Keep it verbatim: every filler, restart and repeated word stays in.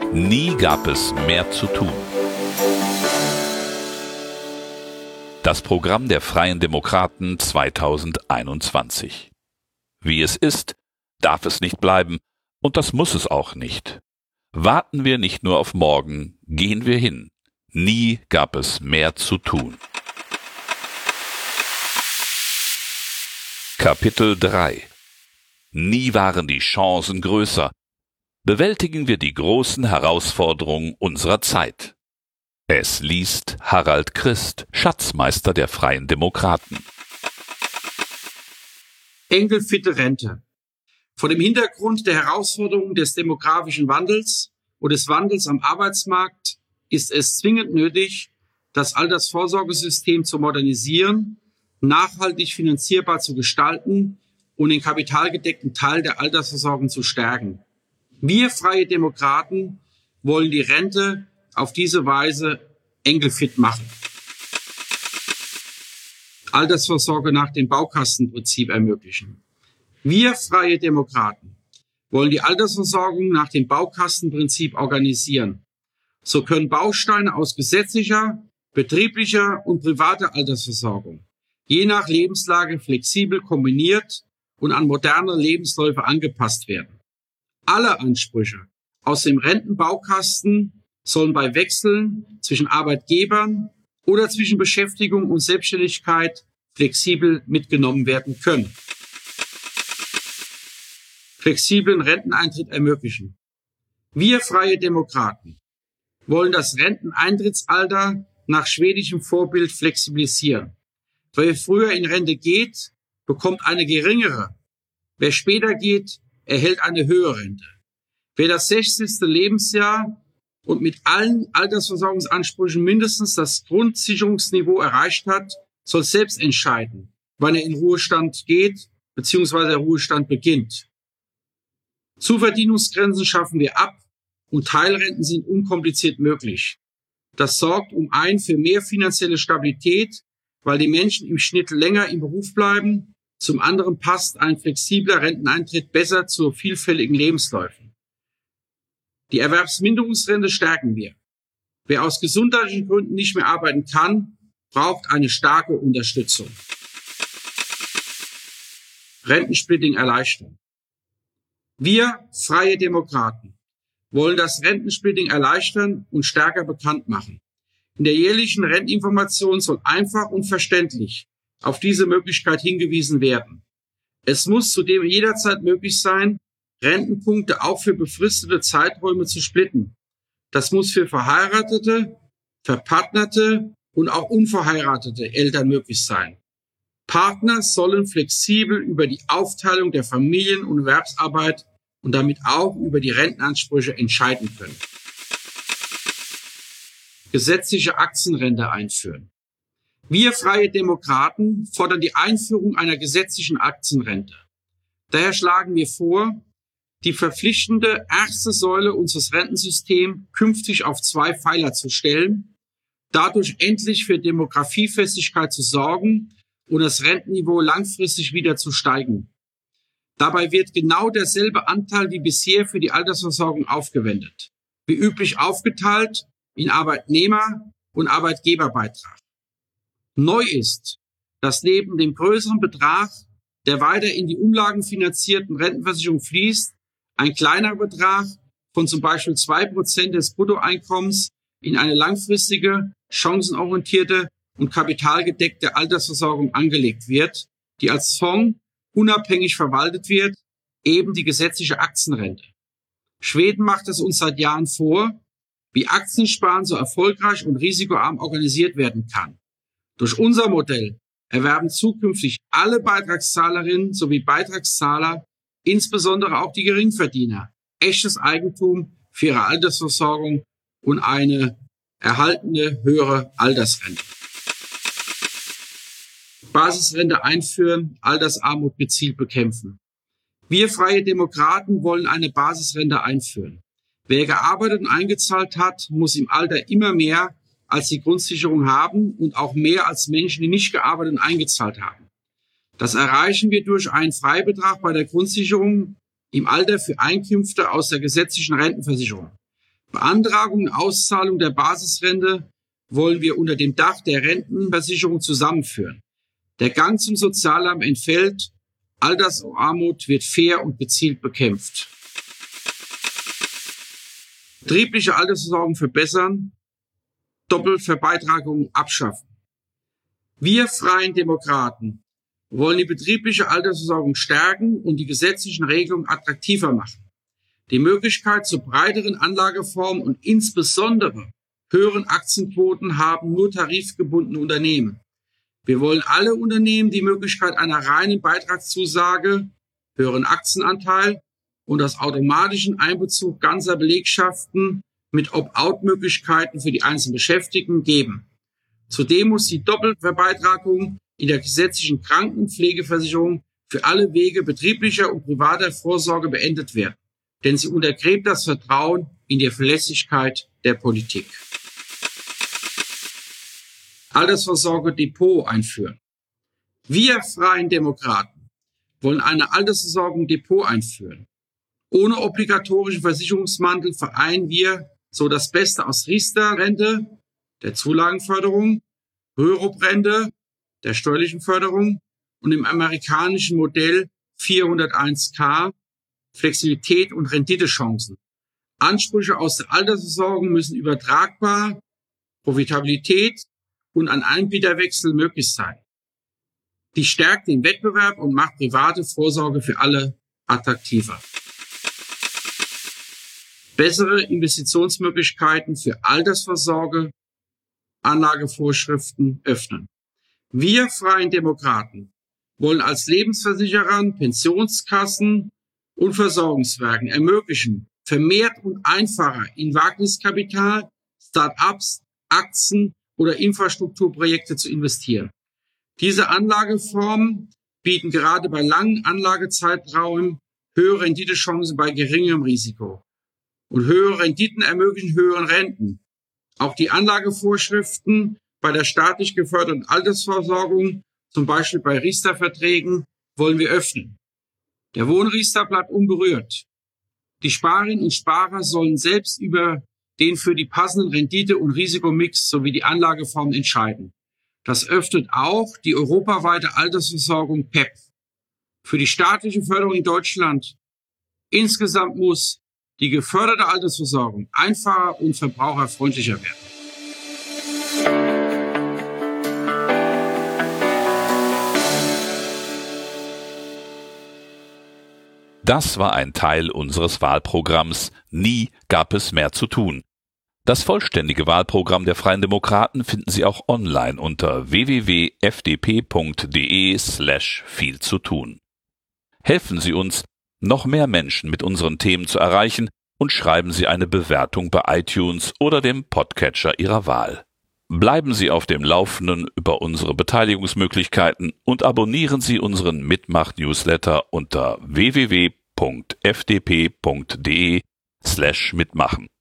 Nie gab es mehr zu tun. Das Programm der Freien Demokraten zweitausendeinundzwanzig. Wie es ist, darf es nicht bleiben, und das muss es auch nicht. Warten wir nicht nur auf morgen, gehen wir hin. Nie gab es mehr zu tun. Kapitel drei. Nie waren die Chancen größer. Bewältigen wir die großen Herausforderungen unserer Zeit. Es liest Harald Christ, Schatzmeister der Freien Demokraten. Enkelfitte Rente. Vor dem Hintergrund der Herausforderungen des demografischen Wandels und des Wandels am Arbeitsmarkt ist es zwingend nötig, das Altersvorsorgesystem zu modernisieren, nachhaltig finanzierbar zu gestalten und den kapitalgedeckten Teil der Altersversorgung zu stärken. Wir Freie Demokraten wollen die Rente auf diese Weise enkelfit machen. Altersvorsorge nach dem Baukastenprinzip ermöglichen. Wir Freie Demokraten wollen die Altersversorgung nach dem Baukastenprinzip organisieren. So können Bausteine aus gesetzlicher, betrieblicher und privater Altersversorgung je nach Lebenslage flexibel kombiniert und an moderne Lebensläufe angepasst werden. Alle Ansprüche aus dem Rentenbaukasten sollen bei Wechseln zwischen Arbeitgebern oder zwischen Beschäftigung und Selbstständigkeit flexibel mitgenommen werden können. Flexiblen Renteneintritt ermöglichen. Wir Freie Demokraten wollen das Renteneintrittsalter nach schwedischem Vorbild flexibilisieren. Wer früher in Rente geht, bekommt eine geringere. Wer später geht, erhält eine höhere Rente. Wer das sechzigste Lebensjahr und mit allen Altersversorgungsansprüchen mindestens das Grundsicherungsniveau erreicht hat, soll selbst entscheiden, wann er in Ruhestand geht bzw. der Ruhestand beginnt. Zuverdienungsgrenzen schaffen wir ab und Teilrenten sind unkompliziert möglich. Das sorgt um ein für mehr finanzielle Stabilität, weil die Menschen im Schnitt länger im Beruf bleiben. Zum anderen passt ein flexibler Renteneintritt besser zu vielfältigen Lebensläufen. Die Erwerbsminderungsrente stärken wir. Wer aus gesundheitlichen Gründen nicht mehr arbeiten kann, braucht eine starke Unterstützung. Rentensplitting erleichtern. Wir Freie Demokraten wollen das Rentensplitting erleichtern und stärker bekannt machen. In der jährlichen Renteninformation soll einfach und verständlich auf diese Möglichkeit hingewiesen werden. Es muss zudem jederzeit möglich sein, Rentenpunkte auch für befristete Zeiträume zu splitten. Das muss für verheiratete, verpartnerte und auch unverheiratete Eltern möglich sein. Partner sollen flexibel über die Aufteilung der Familien- und Erwerbsarbeit und damit auch über die Rentenansprüche entscheiden können. Gesetzliche Aktienrente einführen. Wir Freie Demokraten fordern die Einführung einer gesetzlichen Aktienrente. Daher schlagen wir vor, die verpflichtende erste Säule unseres Rentensystems künftig auf zwei Pfeiler zu stellen, dadurch endlich für Demografiefestigkeit zu sorgen und das Rentenniveau langfristig wieder zu steigen. Dabei wird genau derselbe Anteil wie bisher für die Altersversorgung aufgewendet, wie üblich aufgeteilt in Arbeitnehmer- und Arbeitgeberbeitrag. Neu ist, dass neben dem größeren Betrag, der weiter in die umlagenfinanzierten Rentenversicherung fließt, ein kleinerer Betrag von zum Beispiel zwei Prozent des Bruttoeinkommens in eine langfristige, chancenorientierte und kapitalgedeckte Altersversorgung angelegt wird, die als Fonds unabhängig verwaltet wird, eben die gesetzliche Aktienrente. Schweden macht es uns seit Jahren vor, wie Aktiensparen so erfolgreich und risikoarm organisiert werden kann. Durch unser Modell erwerben zukünftig alle Beitragszahlerinnen sowie Beitragszahler, insbesondere auch die Geringverdiener, echtes Eigentum für ihre Altersversorgung und eine erhaltene höhere Altersrente. Basisrente einführen, Altersarmut gezielt bekämpfen. Wir Freie Demokraten wollen eine Basisrente einführen. Wer gearbeitet und eingezahlt hat, muss im Alter immer mehr als die Grundsicherung haben und auch mehr als Menschen, die nicht gearbeitet und eingezahlt haben. Das erreichen wir durch einen Freibetrag bei der Grundsicherung im Alter für Einkünfte aus der gesetzlichen Rentenversicherung. Beantragung und Auszahlung der Basisrente wollen wir unter dem Dach der Rentenversicherung zusammenführen. Der Gang zum Sozialamt entfällt, Altersarmut wird fair und gezielt bekämpft. Betriebliche Altersversorgung verbessern, Doppelverbeitragungen abschaffen. Wir Freien Demokraten wollen die betriebliche Altersversorgung stärken und die gesetzlichen Regelungen attraktiver machen. Die Möglichkeit zu breiteren Anlageformen und insbesondere höheren Aktienquoten haben nur tarifgebundene Unternehmen. Wir wollen alle Unternehmen die Möglichkeit einer reinen Beitragszusage, höheren Aktienanteil und das automatischen Einbezug ganzer Belegschaften mit Opt-out-Möglichkeiten für die einzelnen Beschäftigten geben. Zudem muss die Doppelverbeitragung in der gesetzlichen Krankenpflegeversicherung für alle Wege betrieblicher und privater Vorsorge beendet werden, denn sie untergräbt das Vertrauen in die Verlässlichkeit der Politik. Altersvorsorge-Depot einführen. Wir Freien Demokraten wollen eine Altersversorgung-Depot einführen. Ohne obligatorischen Versicherungsmantel vereinen wir so das Beste aus Riester-Rente, der Zulagenförderung, Rürup-Rente, der steuerlichen Förderung und dem amerikanischen Modell vierhunderteins K, Flexibilität und Renditechancen. Ansprüche aus der Altersversorgung müssen übertragbar, Profitabilität und ein Anbieterwechsel möglich sein. Die stärkt den Wettbewerb und macht private Vorsorge für alle attraktiver. Bessere Investitionsmöglichkeiten für Altersvorsorge, Anlagevorschriften öffnen. Wir Freien Demokraten wollen als Lebensversicherern, Pensionskassen und Versorgungswerken ermöglichen, vermehrt und einfacher in Wagniskapital, Start-ups, Aktien oder Infrastrukturprojekte zu investieren. Diese Anlageformen bieten gerade bei langen Anlagezeitraum höhere Renditechancen bei geringem Risiko. Und höhere Renditen ermöglichen höheren Renten. Auch die Anlagevorschriften bei der staatlich geförderten Altersversorgung, zum Beispiel bei Riester-Verträgen, wollen wir öffnen. Der Wohnriester bleibt unberührt. Die Sparerinnen und Sparer sollen selbst über den für die passenden Rendite- und Risikomix sowie die Anlageform entscheiden. Das öffnet auch die europaweite Altersversorgung P E P. Für die staatliche Förderung in Deutschland insgesamt muss die geförderte Altersversorgung einfacher und verbraucherfreundlicher werden. Das war ein Teil unseres Wahlprogramms Nie gab es mehr zu tun. Das vollständige Wahlprogramm der Freien Demokraten finden Sie auch online unter w w w punkt f d p punkt d e slash viel zu tun. Helfen Sie uns, noch mehr Menschen mit unseren Themen zu erreichen und schreiben Sie eine Bewertung bei iTunes oder dem Podcatcher Ihrer Wahl. Bleiben Sie auf dem Laufenden über unsere Beteiligungsmöglichkeiten und abonnieren Sie unseren Mitmach-Newsletter unter w w w punkt f d p punkt d e slash mitmachen.